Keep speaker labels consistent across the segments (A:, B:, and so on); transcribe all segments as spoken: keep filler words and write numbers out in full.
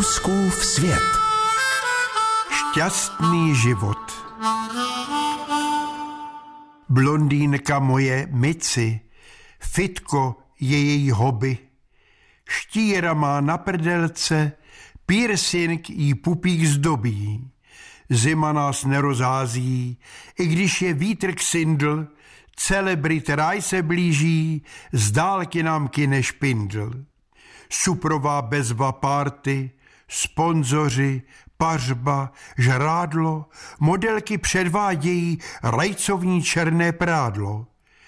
A: Fouskův svět.
B: Šťastný život. Blondýnka moje Mici, fitko je její hobby. Štíra má na prdelce, piercing jí pupík zdobí. Zima nás nerozhází, i když je vítr ksindl, celebrit ráj se blíží, z dálky nám kyne špindl. Suprová bezva párty, sponzoři, pařba, žrádlo, modelky předvádějí rajcovní černé prádlo.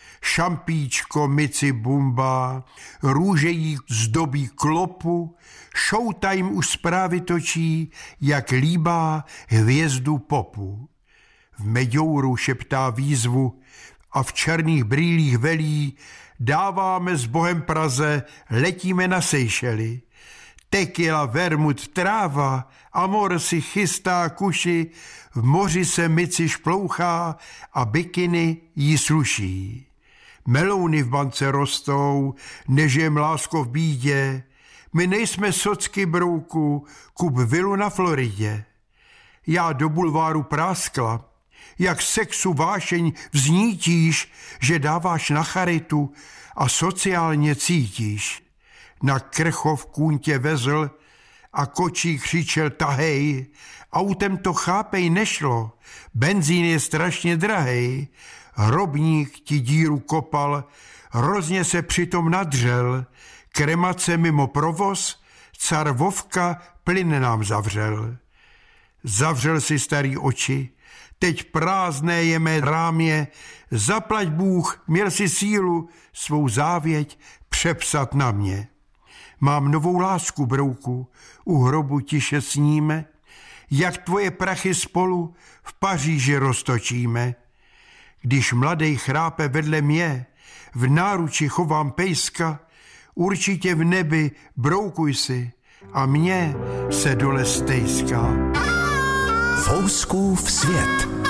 B: Šampíčko Mici Bumba, růže jí zdobí klopu, Showtime už zprávy točí, jak líbá hvězdu popu. V meďouru šeptá výzvu a v černých brýlích velí, dáváme s Bohem Praze, letíme na Seychely. Tequila, vermut, tráva, amor si chystá kuši, v moři se Mici šplouchá a bikiny jí sluší. Melouny v bance rostou, nežijem lásko v bídě, my nejsme socky brouku, kup vilu na Floridě. Já do bulváru práskla, jak sexu vášeň vznítíš, že dáváš na charitu a sociálně cítíš. Na Krchov kůň tě vezl a kočí křičel tahej, autem to chápej nešlo, benzín je strašně drahej, hrobník ti díru kopal, hrozně se přitom nadřel, kremace mimo provoz, car Vovka plyn nám zavřel. Zavřel si starý oči, teď prázdné je mé rámě, zaplať Bůh, měl si sílu svou závěť přepsat na mě. Mám novou lásku, brouku, u hrobu tiše sníme, jak tvoje prachy spolu v Paříži roztočíme. Když mladej chrápe vedle mě, v náruči chovám pejska, určitě v nebi broukuj si a mě se dole stejská.
A: Fouskův svět.